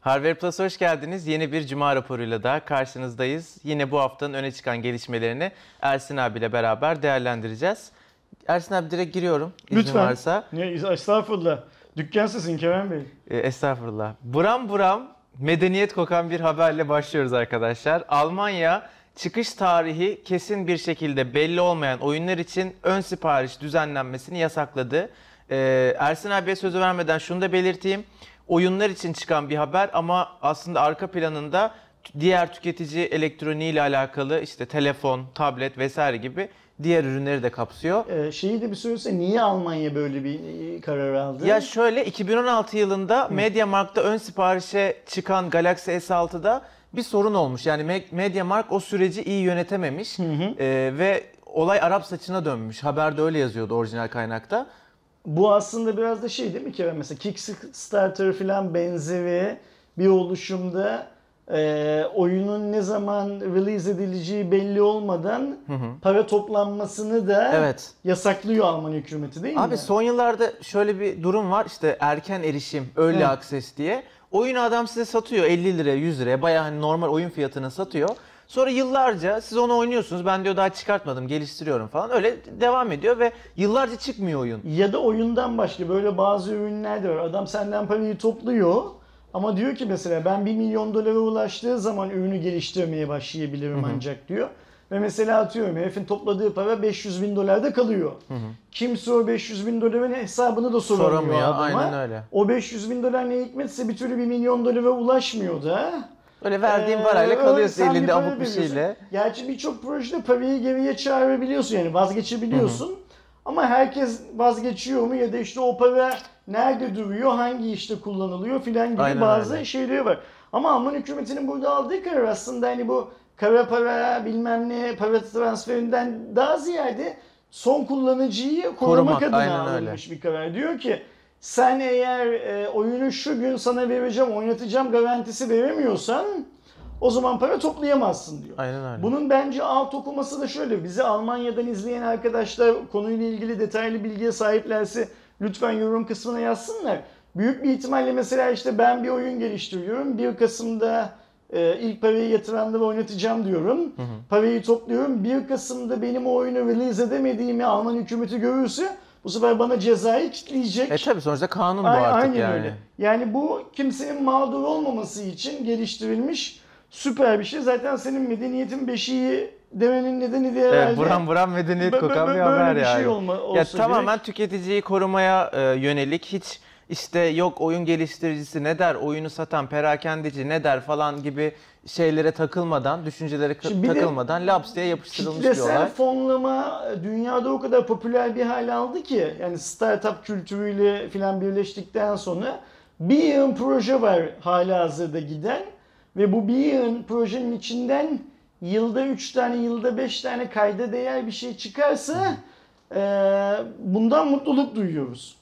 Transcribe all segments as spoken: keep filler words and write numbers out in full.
Harvard Plus'a hoş geldiniz. Yeni bir Cuma raporuyla da karşınızdayız. Yine bu haftanın öne çıkan gelişmelerini Ersin abiyle beraber değerlendireceğiz. Ersin abi direkt giriyorum. Lütfen. Varsa. Ne, estağfurullah. Dükkan sesin Kerem Bey. E, estağfurullah. Buram buram medeniyet kokan bir haberle başlıyoruz arkadaşlar. Almanya çıkış tarihi kesin bir şekilde belli olmayan oyunlar için ön sipariş düzenlenmesini yasakladı. E, Ersin abiye sözü vermeden şunu da belirteyim. Oyunlar için çıkan bir haber ama aslında arka planında diğer tüketici elektroniği ile alakalı işte telefon, tablet vesaire gibi diğer ürünleri de kapsıyor. Ee, şeyi de bir söylese niye Almanya böyle bir karar aldı? Ya şöyle iki bin on altı yılında MediaMarkt'ta ön siparişe çıkan Galaxy S altıda bir sorun olmuş. Yani MediaMarkt o süreci iyi yönetememiş hı hı. Ee, ve olay Arap saçına dönmüş. Haberde öyle yazıyordu orijinal kaynakta. Bu aslında biraz da şey değil mi Kerem? Mesela Kickstarter falan benzeri bir oluşumda e, oyunun ne zaman release edileceği belli olmadan hı hı. para toplanmasını da evet. yasaklıyor Alman hükümeti değil Abi mi? Abi son yıllarda şöyle bir durum var işte erken erişim, early hı. access diye. Oyunu adam size satıyor elli liraya, yüz liraya bayağı hani normal oyun fiyatına satıyor. Sonra yıllarca siz onu oynuyorsunuz. Ben diyor daha çıkartmadım, geliştiriyorum falan. Öyle devam ediyor ve yıllarca çıkmıyor oyun. Ya da oyundan başka böyle bazı ürünler de var. Adam senden parayı topluyor ama diyor ki mesela ben bir milyon dolara ulaştığı zaman ürünü geliştirmeye başlayabilirim Hı-hı. ancak diyor. Ve mesela atıyorum herifin topladığı para beş yüz bin dolarda kalıyor. Hı hı. Kimse o beş yüz bin doların hesabını da soramıyor, soramıyor adama. Aynen öyle. O beş yüz bin dolar ne hikmetse bir türlü bir milyon dolara ulaşmıyor da. Öyle verdiğin ee, parayla kalıyorsun elinde bir abuk bir şeyle. Gerçi birçok projede parayı geriye çağırabiliyorsun yani vazgeçebiliyorsun. Hı hı. Ama herkes vazgeçiyor mu ya da işte o para nerede duruyor, hangi işte kullanılıyor filan gibi Aynen bazı öyle. şeyleri var. Ama Alman hükümetinin burada aldığı karar aslında hani bu kara para bilmem ne para transferinden daha ziyade son kullanıcıyı korumak, korumak adına alınmış öyle. bir karar. Diyor ki sen eğer e, oyunu şu gün sana vereceğim, oynatacağım garantisi veremiyorsan o zaman para toplayamazsın diyor. Aynen öyle. Bunun bence alt okuması da şöyle. Bizi Almanya'dan izleyen arkadaşlar konuyla ilgili detaylı bilgiye sahiplerse lütfen yorum kısmına yazsınlar. Büyük bir ihtimalle mesela işte ben bir oyun geliştiriyorum. bir Kasım'da e, ilk parayı yatıranları oynatacağım diyorum. Hı hı. Parayı topluyorum. bir Kasım'da benim o oyunu release edemediğimi Alman hükümeti görürse bu sefer bana cezayı kitleyecek. E tabi sonuçta kanun bu Aynen, artık aynen yani. Öyle. Yani bu kimsenin mağdur olmaması için geliştirilmiş süper bir şey. Zaten senin medeniyetin beşiği demenin nedeni de herhalde. Evet, buram buram medeniyet kokan bir haber bir yani. Şey olma, ya tamamen tüketiciyi korumaya e, yönelik hiç işte yok oyun geliştiricisi ne der, oyunu satan perakendeci ne der falan gibi şeylere takılmadan, düşüncelere Şimdi takılmadan laps diye yapıştırılmış bir olay. Kitlesel fonlama dünyada o kadar popüler bir hale aldı ki yani startup kültürüyle filan birleştikten sonra bir yığın proje var hala hazırda giden ve bu bir yığın projenin içinden yılda üç tane, yılda beş tane kayda değer bir şey çıkarsa e, bundan mutluluk duyuyoruz.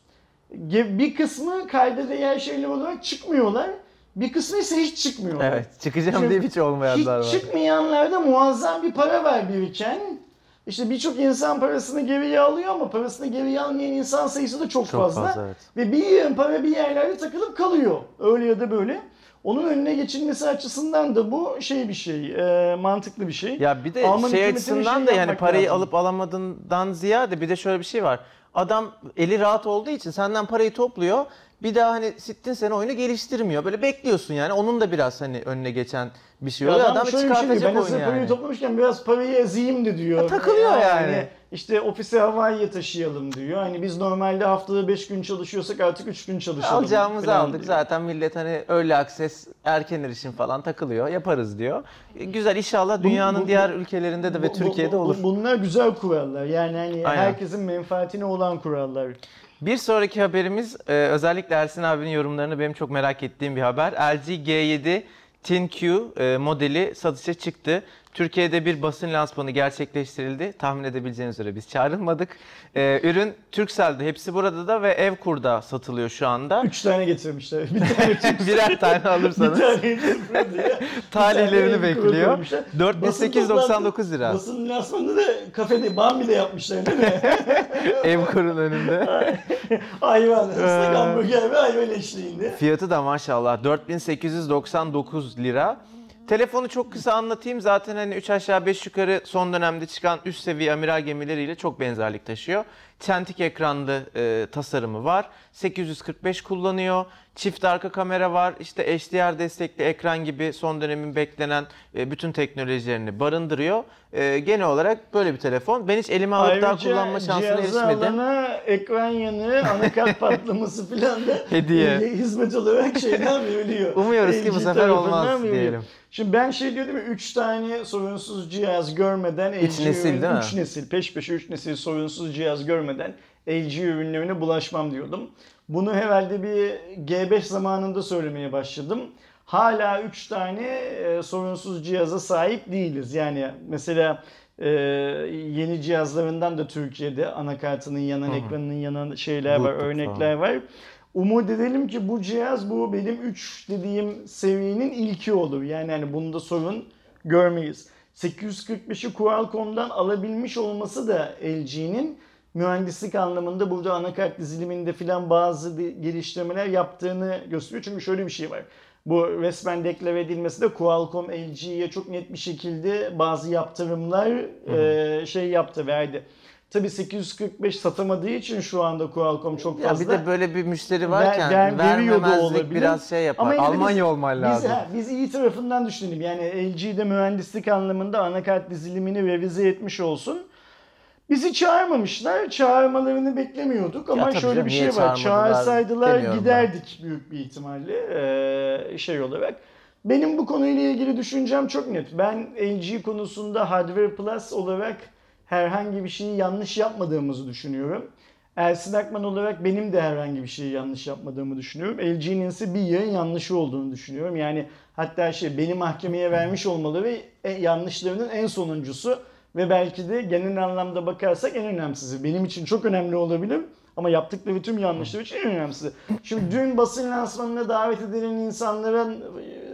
Bir kısmı kayda değer şeyler olarak çıkmıyorlar. Bir kısmı ise hiç çıkmıyorlar. Evet, çıkacağım Çünkü diye hiç olmayanlar var. Hiç çıkmayanlarda muazzam bir para var biriken. İşte birçok insan parasını geriye alıyor ama parasını geriye almayan insan sayısı da çok, çok fazla. fazla evet. Ve bir yığın para bir yerlerde takılıp kalıyor. Öyle ya da böyle. Onun önüne geçilmesi açısından da bu şey bir şey, e, mantıklı bir şey. Ya bir de Alman şey açısından şey da yani parayı lazım. alıp alamadığından ziyade bir de şöyle bir şey var. Adam eli rahat olduğu için senden parayı topluyor. Bir daha hani sittin sene oyunu geliştirmiyor. Böyle bekliyorsun yani. Onun da biraz hani önüne geçen bir şey oluyor. Adam, Adam çıkartacak şey, oyunu yani. Ben parayı toplamışken biraz parayı ezeyim de diyor. Ha, takılıyor yani. yani. İşte ofise Hawaii'ye taşıyalım diyor. Hani biz normalde haftada beş gün çalışıyorsak artık üç gün çalışalım. Alacağımızı aldık. Diyor. Zaten millet hani early access, erken erişim falan takılıyor. Yaparız diyor. Güzel inşallah dünyanın bu, bu, bu, diğer ülkelerinde de bu, ve Türkiye'de bu, bu, olur. Bunlar güzel kurallar. Yani hani Aynen. herkesin menfaatine olan kurallar. Bir sonraki haberimiz özellikle Ersin abinin yorumlarını benim çok merak ettiğim bir haber. L G G yedi ThinQ modeli satışa çıktı. Türkiye'de bir basın lansmanı gerçekleştirildi. Tahmin edebileceğiniz üzere biz çağrılmadık. Ee, ürün Turkcell'de, hepsi burada da ve Evkur'da satılıyor şu anda. Üç tane getirmişler. Bir tane Turkcell. Birer tane alırsanız. Bir tane Evkur diye. Talihlerini bekliyor. dört bin sekiz yüz doksan dokuz lira. Basın lansmanında da kafede Bambi'de yapmışlar değil mi? Evkur'un önünde. Hayvan, ıslak hamburger ve hayvan eşliğinde. Fiyatı da maşallah dört bin sekiz yüz doksan dokuz lira. Telefonu çok kısa anlatayım. Zaten hani üç aşağı beş yukarı son dönemde çıkan üst seviye amiral gemileriyle çok benzerlik taşıyor. Çentik ekranlı e, tasarımı var. sekiz yüz kırk beş kullanıyor. Çift arka kamera var. İşte H D R destekli ekran gibi son dönemin beklenen e, bütün teknolojilerini barındırıyor. E, genel olarak böyle bir telefon. Ben hiç elime alıp daha kullanma şansına erişmedim. Ayrıca alana ekran yanığı, anakart patlaması falan da hediye hizmet olarak şeyden veriliyor. Umuyoruz ki bu sefer olmaz diyelim. Şimdi ben şey diyordum ya, üç tane sorunsuz cihaz görmeden üç nesil değil mi? üç nesil, peş peşe üç nesil sorunsuz cihaz görmeden L G ürünlerine bulaşmam diyordum. Bunu herhalde bir G beş zamanında söylemeye başladım. Hala üç tane e, sorunsuz cihaza sahip değiliz. Yani mesela e, yeni cihazlarından da Türkiye'de anakartının yanan, Hı-hı. ekranının yanan şeyler var, Bluetooth örnekler var. Umut edelim ki bu cihaz, bu benim üç dediğim seviyenin ilki olur. Yani hani bunda sorun görmeyiz. sekiz yüz kırk beşi Qualcomm'dan alabilmiş olması da L G'nin mühendislik anlamında burada anakart diziliminde filan bazı geliştirmeler yaptığını gösteriyor. Çünkü şöyle bir şey var. Bu resmen deklare edilmesi de Qualcomm L G'ye çok net bir şekilde bazı yaptırımlar e, şey yaptı, verdi. Tabii sekiz yüz kırk beş satamadığı için şu anda Qualcomm çok fazla... Ya bir de böyle bir müşteri varken ver, vermemezlik biraz şey yapar. Almanya olman lazım. Biz, ha, biz iyi tarafından düşünelim. Yani L G'de mühendislik anlamında anakart dizilimini revize etmiş olsun. Bizi çağırmamışlar. Çağırmalarını beklemiyorduk ama ya şöyle canım, bir şey var. Çağırsaydılar giderdik ben. Büyük bir ihtimalle ee, şey olarak. Benim bu konuyla ilgili düşüncem çok net. Ben L G konusunda Hardware Plus olarak herhangi bir şeyi yanlış yapmadığımızı düşünüyorum. Ersin Akman olarak benim de herhangi bir şeyi yanlış yapmadığımı düşünüyorum. L G'nin ise bir yerin yanlışı olduğunu düşünüyorum. Yani hatta şey, beni mahkemeye vermiş olmalı ve yanlışlarının en sonuncusu ve belki de genel anlamda bakarsak en önemlisi. Benim için çok önemli olabilir ama yaptıkları tüm yanlışlar için en önemlisi. Şimdi dün basın lansmanına davet edilen insanların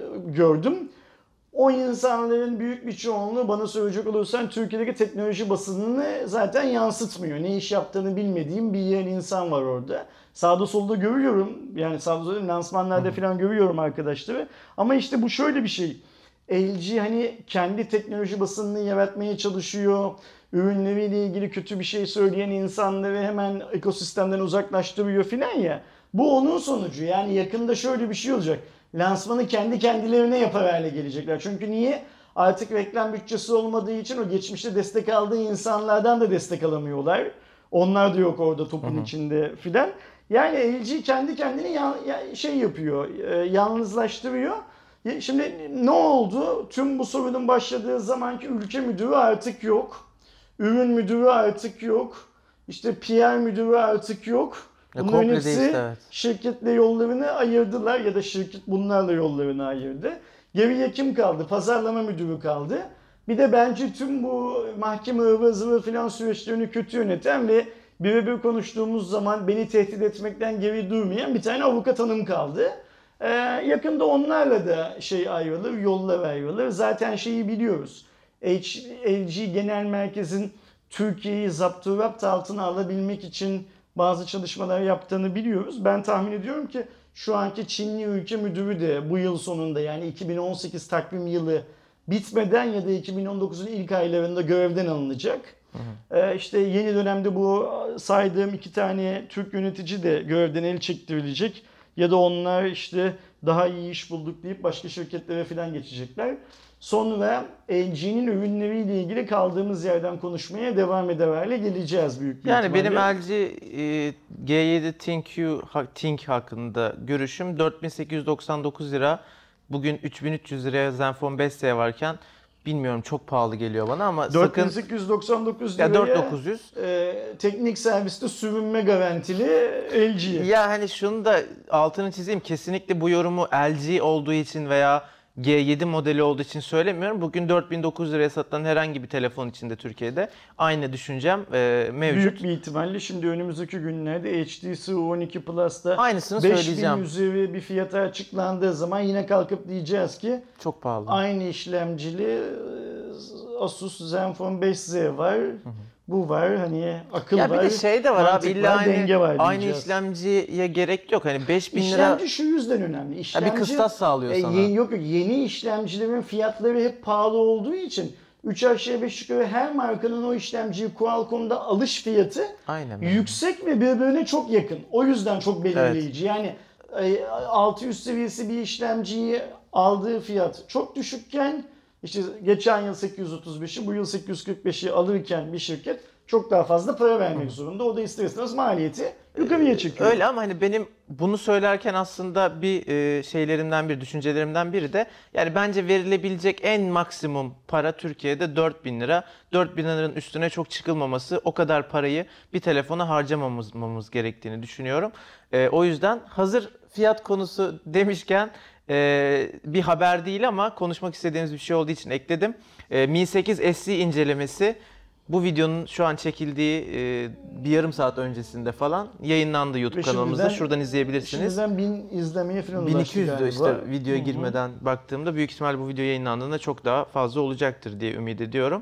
gördüm. O insanların büyük bir çoğunluğu, bana söyleyecek olursan, Türkiye'deki teknoloji basınını zaten yansıtmıyor. Ne iş yaptığını bilmediğim bir yer insan var orada. Sağda solda görüyorum. Yani sağda solda lansmanlarda falan görüyorum arkadaşları. Ama işte bu şöyle bir şey. L G hani kendi teknoloji basınını yaratmaya çalışıyor. Ürünleriyle ilgili kötü bir şey söyleyen insanları hemen ekosistemden uzaklaştırıyor filan ya. Bu onun sonucu. Yani yakında şöyle bir şey olacak. Lansmanı kendi kendilerine yapar hale gelecekler. Çünkü niye? Artık reklam bütçesi olmadığı için o geçmişte destek aldığı insanlardan da destek alamıyorlar. Onlar da yok orada topun Hı-hı. içinde filan. Yani L G kendi kendini ya, ya, şey yapıyor, e, yalnızlaştırıyor. Şimdi ne oldu? Tüm bu sorunun başladığı zamanki ülke müdürü artık yok. Ürün müdürü artık yok. İşte P R müdürü artık yok. Bunların hepsi değişti, evet. Şirketle yollarını ayırdılar ya da şirket bunlarla yollarını ayırdı. Geriye kim kaldı? Pazarlama müdürü kaldı. Bir de bence tüm bu mahkeme ıvır zıvır filan süreçlerini kötü yöneten ve birebir konuştuğumuz zaman beni tehdit etmekten geri durmayan bir tane avukat hanım kaldı. Ee, yakında onlarla da şey ayrılır, yollar ayrılır. Zaten şeyi biliyoruz. L G Genel Merkez'in Türkiye'yi zapturapt altına alabilmek için bazı çalışmalar yaptığını biliyoruz. Ben tahmin ediyorum ki şu anki Çinli ülke müdürü de bu yıl sonunda, yani iki bin on sekiz takvim yılı bitmeden ya da iki bin on dokuzun ilk aylarında görevden alınacak. Hı hı. Ee, işte yeni dönemde bu saydığım iki tane Türk yönetici de görevden el çektirilecek. Ya da onlar işte daha iyi iş bulduk deyip başka şirketlere falan geçecekler. Sonra L G'nin ürünleriyle ilgili kaldığımız yerden konuşmaya devam eder hale geleceğiz büyük bir yani ihtimalle. Benim L G e, G yedi ThinQ Think hakkında görüşüm dört bin sekiz yüz doksan dokuz lira. Bugün üç bin üç yüz liraya Zenfone beş S varken bilmiyorum, çok pahalı geliyor bana ama dört bin sekiz yüz doksan dokuz liraya dört bin dokuz yüz e, teknik serviste sürünme garantili L G. Ya hani şunu da altını çizeyim, kesinlikle bu yorumu L G olduğu için veya G yedi modeli olduğu için söylemiyorum. Bugün dört bin dokuz yüz liraya satılan herhangi bir telefon içinde Türkiye'de aynı düşüncem e, mevcut. Büyük bir ihtimalle şimdi önümüzdeki günlerde H T C on iki Plus'ta aynısını beş söyleyeceğim. bin üzeri bir fiyata açıklandığı zaman yine kalkıp diyeceğiz ki çok pahalı. Aynı işlemcili Asus Zenfone beş Z var. Hı hı. Bu var, hani akıl ya var. Ya bir de şey de var abi, illa var, aynı, denge var aynı işlemciye gerek yok. Hani beş bin lira... İşlemci şu yüzden önemli. İşlemci, ya bir kıstas sağlıyor e, sana. Yeni, yok yok, yeni işlemcilerin fiyatları hep pahalı olduğu için üç aşağı beş yukarı her markanın o işlemciyi Qualcomm'da alış fiyatı Aynen. yüksek ve birbirine çok yakın. O yüzden çok belirleyici. Evet. Yani altı yüz seviyesi bir işlemciyi aldığı fiyat çok düşükken, İşte geçen yıl sekiz yüz otuz beşi, bu yıl sekiz yüz kırk beşi alırken bir şirket çok daha fazla para vermek zorunda. O da ister istemez maliyeti yukarıya çekiyor. Öyle, ama hani benim bunu söylerken aslında bir şeylerimden bir, düşüncelerimden biri de, yani bence verilebilecek en maksimum para Türkiye'de dört bin lira. dört bin liranın üstüne çok çıkılmaması, o kadar parayı bir telefona harcamamamız gerektiğini düşünüyorum. O yüzden hazır fiyat konusu demişken, Ee, bir haber değil ama konuşmak istediğimiz bir şey olduğu için ekledim. Ee, Mi sekiz S E incelemesi bu videonun şu an çekildiği e, bir yarım saat öncesinde falan yayınlandı YouTube kanalımızda. Şuradan izleyebilirsiniz. Şimdiden bin izlemeye falan bin iki yüzdü işte videoya Hı-hı. girmeden baktığımda. Büyük ihtimal bu video yayınlandığında çok daha fazla olacaktır diye ümit ediyorum.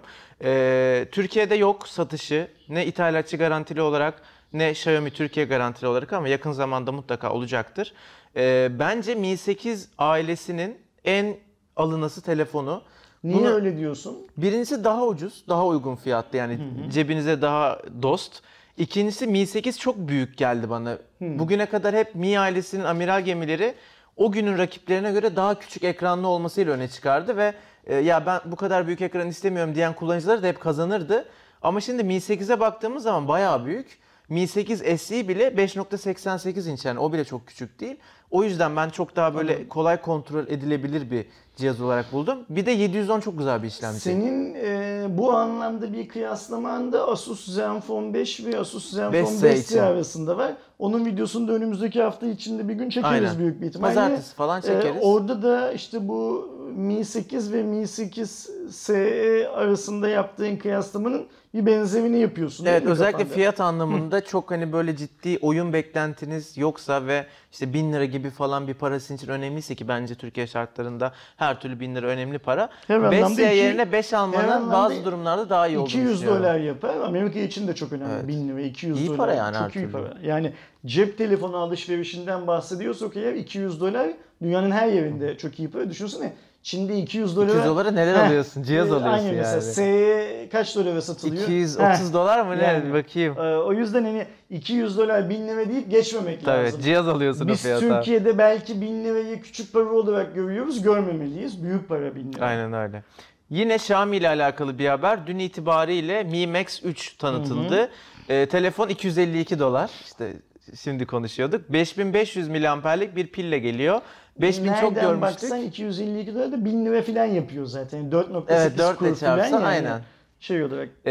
Ee, Türkiye'de yok satışı. Ne ithalatçı garantili olarak ne Xiaomi Türkiye garantili olarak, ama yakın zamanda mutlaka olacaktır. Ee, bence Mi sekiz ailesinin en alınası telefonu. Niye Bunu, öyle diyorsun? Birincisi daha ucuz, daha uygun fiyatlı, yani hı hı. cebinize daha dost. İkincisi Mi sekiz çok büyük geldi bana. Hı. Bugüne kadar hep Mi ailesinin amiral gemileri o günün rakiplerine göre daha küçük ekranlı olmasıyla öne çıkardı ve e, ya ben bu kadar büyük ekran istemiyorum diyen kullanıcılar da hep kazanırdı. Ama şimdi Mi sekize baktığımız zaman bayağı büyük. Mi sekiz S E bile beş nokta seksen sekiz inç, yani o bile çok küçük değil. O yüzden ben çok daha böyle kolay kontrol edilebilir bir cihaz olarak buldum. Bir de yedi yüz on çok güzel bir işlemci. Senin e, bu anlamda bir kıyaslaman da Asus Zenfone beş ve Asus Zenfone beş Z arasında var. Onun videosunu da önümüzdeki hafta içinde bir gün çekeriz. Aynen. Büyük bir ihtimalle. Pazartesi falan çekeriz. E, orada da işte bu Mi sekiz ve Mi sekiz S E arasında yaptığın kıyaslamanın bir benzerini yapıyorsun. Evet, özellikle kafanda? Fiyat anlamında çok hani böyle ciddi oyun beklentiniz yoksa ve işte bin lira gibi falan bir para sizin için önemliyse, ki bence Türkiye şartlarında her türlü bin lira önemli para. beş Z yerine beş almanın bazı durumlarda daha iyi olduğunu düşünüyorum. iki yüz dolar yapar. Amerika için de çok önemli. Evet. bin lira, iki yüz iyi dolar. Para yani, çok her iyi türlü. Para. Yani cep telefonu alışverişinden bahsediyorsak eğer iki yüz dolar dünyanın her yerinde çok iyi para. Düşünsene. Şimdi iki yüz dolara... iki yüz dolara neler heh, alıyorsun? Cihaz alıyorsun aynen yani. Mesela S kaç dolara satılıyor? iki yüz otuz heh, dolar mı ne? Yani, bakayım. E, o yüzden hani iki yüz dolar bin lira deyip geçmemek Tabii, lazım. Cihaz alıyorsun Biz o fiyata. Biz Türkiye'de belki bin lirayı küçük para olarak görüyoruz. Görmemeliyiz. Büyük para bin lira. Aynen öyle. Yine Xiaomi ile alakalı bir haber. Dün itibariyle Mi Max üç tanıtıldı. Hı hı. E, telefon iki yüz elli iki dolar. İşte şimdi konuşuyorduk. beş bin beş yüz miliamperlik bir pille geliyor. beş bin çok görmüştük. Baksan iki yüz elli iki dolar da bin lira falan yapıyor zaten. dört nokta sekiz evet, dört ile çarpsan yani. Aynen. Şey olarak. Ee,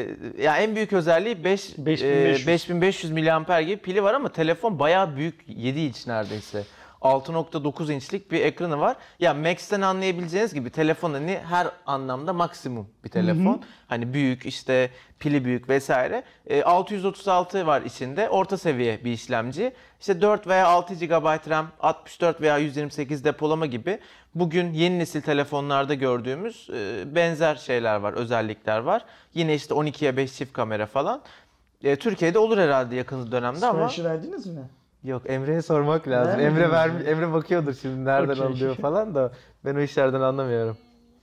ya en büyük özelliği beş bin beş yüz miliamper gibi pili var, ama telefon bayağı büyük, yedi inç neredeyse. altı nokta dokuz inçlik bir ekranı var. Ya Max'ten anlayabileceğiniz gibi telefon hani her anlamda maksimum bir telefon. Hı hı. Hani büyük, işte pili büyük vesaire. E, altı yüz otuz altı var içinde. Orta seviye bir işlemci. İşte dört veya altı gigabayt RAM, altmış dört veya yüz yirmi sekiz depolama gibi bugün yeni nesil telefonlarda gördüğümüz e, benzer şeyler var, özellikler var. Yine işte on ikiye beş çift kamera falan. E, Türkiye'de olur herhalde yakın dönemde ama. Sipariş verdiniz mi? Yok, Emre'ye sormak lazım. Nerede Emre vermiş, Emre bakıyordur şimdi nereden okay. alıyor falan da ben o işlerden anlamıyorum.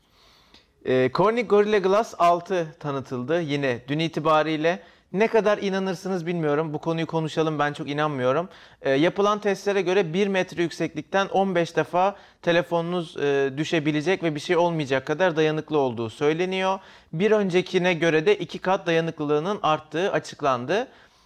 Ee, Corning Gorilla Glass altı tanıtıldı yine dün itibariyle. Ne kadar inanırsınız bilmiyorum. Bu konuyu konuşalım, ben çok inanmıyorum. Ee, yapılan testlere göre bir metre yükseklikten on beş defa telefonunuz e, düşebilecek ve bir şey olmayacak kadar dayanıklı olduğu söyleniyor. Bir öncekine göre de iki kat dayanıklılığının arttığı açıklandı.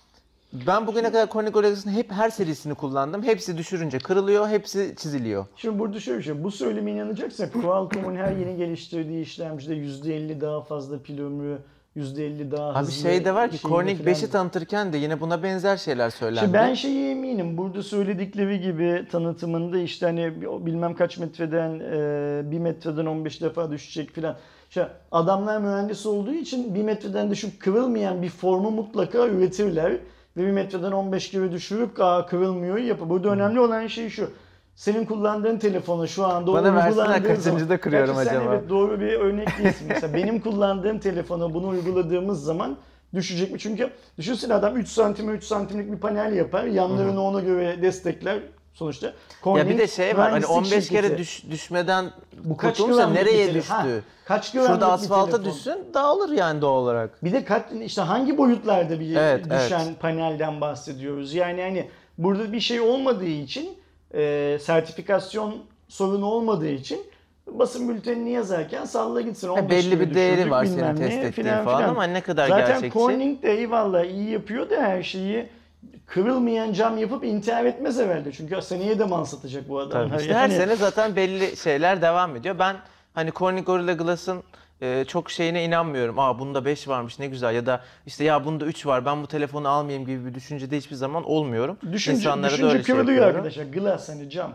Ben bugüne kadar Corning Gorilla Glass'ın hep her serisini kullandım. Hepsi düşürünce kırılıyor, hepsi çiziliyor. Şimdi burada şöyle bir şey, bu söyleme inanacaksak Qualcomm'un her yeni geliştirdiği işlemcide yüzde elli daha fazla pil ömrü yüzde elli daha Abi hızlı. şey de var ki şeyini Corning falan- beşi tanıtırken de yine buna benzer şeyler söylendi. İşte ben şeye eminim. Burada söyledikleri gibi tanıtımında işte hani bilmem kaç metreden e, bir metreden on beş defa düşecek filan. İşte adamlar mühendis olduğu için bir metreden düşüp kırılmayan bir formu mutlaka üretirler. Ve bir metreden on beş kere düşürüp aa, kırılmıyor yapı. Burada önemli olan şey şu. Senin kullandığın telefonu şu anda Bana o versinler, uygulandığın kaçıncıda zaman- kırıyorum Gerçi sen acaba? evet doğru bir örnek değilsin. Mesela benim kullandığım telefona bunu uyguladığımız zaman düşecek mi? Çünkü düşünsene adam üç santime üç santimlik bir panel yapar. Yanlarını ona göre destekler sonuçta. Ya Corning bir de şey var hani mühendislik on beş kere şirketi. düş, düşmeden Bu kaç kurtulmuşsa gramlık bir nereye telefon? düştü? Ha, kaç gramlık Şurada bir asfalta telefon? düşsün dağılır yani doğal olarak. Bir de kaç, işte hangi boyutlarda bir Evet, düşen evet. panelden bahsediyoruz? Yani hani burada bir şey olmadığı için, e, sertifikasyon sorunu olmadığı için basın bültenini yazarken salla gitsin. on beş belli kere bir değeri düşürdük, var senin bilmem ne test ettiğin filan falan filan. ama ne kadar Zaten gerçekçi? Corning de eyvallah iyi yapıyor da her şeyi kırılmayan cam yapıp intihar etmez herhalde. Çünkü seneye de mal satacak bu adamlar. Tabii işte her Yani- sene zaten belli şeyler devam ediyor. Ben hani Corning Gorilla Glass'ın e, çok şeyine inanmıyorum. Aa bunda beş varmış ne güzel ya da işte ya bunda üç var ben bu telefonu almayayım gibi bir düşüncede hiçbir zaman olmuyorum. Düşünce, İnsanlara da düşünce öyle şey kırılıyor yapıyorum. arkadaşlar. Glass hani cam.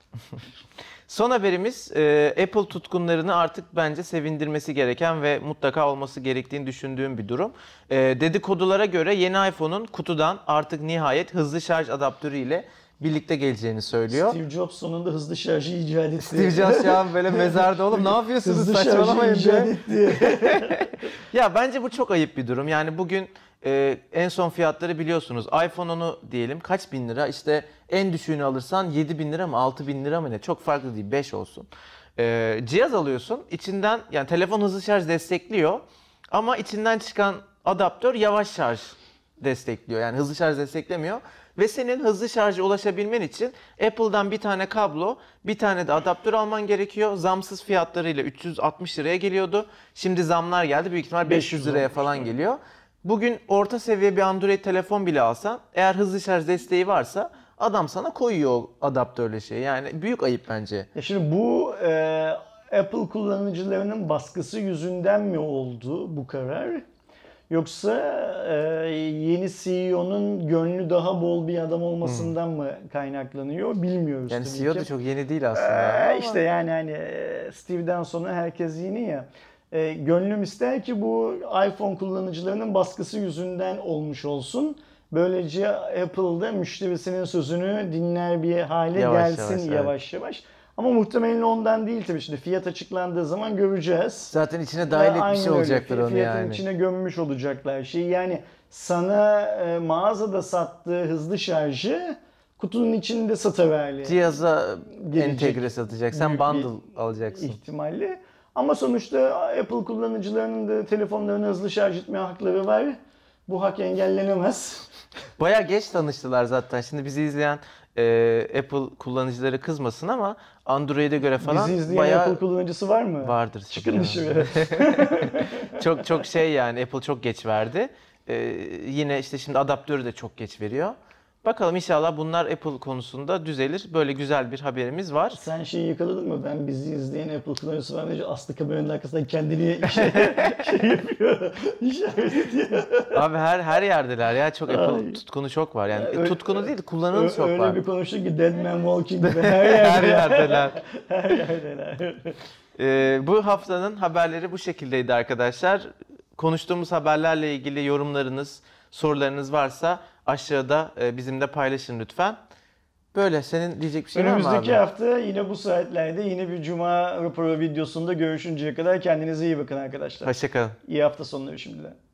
Son haberimiz e, Apple tutkunlarını artık bence sevindirmesi gereken ve mutlaka olması gerektiğini düşündüğüm bir durum. E, dedikodulara göre yeni iPhone'un kutudan artık nihayet hızlı şarj adaptörü ile birlikte geleceğini söylüyor. Steve Jobs sonunda hızlı şarjı icat etti. Steve Jobs şu an böyle mezarda oğlum ne yapıyorsunuz Hızlı şarjı saçmalamayın icat diye. etti. Ya bence bu çok ayıp bir durum. Yani bugün e, en son fiyatları biliyorsunuz. iPhone onu diyelim kaç bin lira? İşte en düşüğünü alırsan yedi bin lira mı altı bin lira mı ne? Çok farklı değil beş olsun. E, cihaz alıyorsun. İçinden yani telefon hızlı şarj destekliyor. Ama içinden çıkan adaptör yavaş şarj destekliyor. Yani hızlı şarj desteklemiyor. Ve senin hızlı şarja ulaşabilmen için Apple'dan bir tane kablo, bir tane de adaptör alman gerekiyor. Zamsız fiyatlarıyla üç yüz altmış liraya geliyordu. Şimdi zamlar geldi. Büyük ihtimal beş yüz liraya falan geliyor. Bugün orta seviye bir Android telefon bile alsan eğer hızlı şarj desteği varsa adam sana koyuyor o adaptörle şeyi. Yani büyük ayıp bence. Ya şimdi bu e, Apple kullanıcılarının baskısı yüzünden mi oldu bu karar? Yoksa e, yeni C E O'nun gönlü daha bol bir adam olmasından mı kaynaklanıyor bilmiyoruz Yani tabii C E O ki. da çok yeni değil aslında. Ee, ama- işte yani hani e, Steve'den sonra herkes yeni ya. E, gönlüm ister ki bu iPhone kullanıcılarının baskısı yüzünden olmuş olsun. Böylece Apple'da müşterisinin sözünü dinler bir hale Yavaş gelsin yavaş, evet. yavaş yavaş. Ama muhtemelen ondan değil tabii. Şimdi fiyat açıklandığı zaman göreceğiz. Zaten içine dahil etmiş Aynen öyle. olacaktır onu Fiyatın yani. içine gömmüş olacaklar şey. Yani sana e, mağazada sattığı hızlı şarjı kutunun içinde satıverli. Cihaza Gelecek entegre satacak. Sen büyük bir bundle alacaksın. ihtimalle. Ama sonuçta Apple kullanıcılarının da telefonlarını hızlı şarj etme hakları var. Bu hak engellenemez. Bayağı geç tanıştılar zaten. Şimdi bizi izleyen e, Apple kullanıcıları kızmasın ama Android'e göre falan Bizi izleyen bayağı Apple kullanıcısı var mı? vardır. Çıkın tabii dışarı. çok çok şey yani Apple çok geç verdi. E, yine işte şimdi adaptörü de çok geç veriyor. Bakalım inşallah bunlar Apple konusunda düzelir. Böyle güzel bir haberimiz var. Sen şeyi yakaladın mı? Ben bizi izleyen Apple kullanıcısı var. Önce Aslı kameranın arkasından kendini şey, şey yapıyor. İşaret ediyor. Abi her her yerdeler ya. Çok Apple Ay. tutkunu çok var. Yani Öyle- tutkunu değil, kullananı Ö- çok Öyle var. bir konuştuk ki Dead Man Walking gibi her yerde. Her yerdeler. Her yerdeler. Ee, bu haftanın haberleri bu şekildeydi arkadaşlar. Konuştuğumuz haberlerle ilgili yorumlarınız, sorularınız varsa aşağıda e, bizimle paylaşın lütfen. Böyle senin diyecek bir şey var mı abi? Önümüzdeki hafta yine bu saatlerde yine bir Cuma raporu videosunda görüşünceye kadar kendinize iyi bakın arkadaşlar. Hoşça kalın. İyi hafta sonları şimdiden.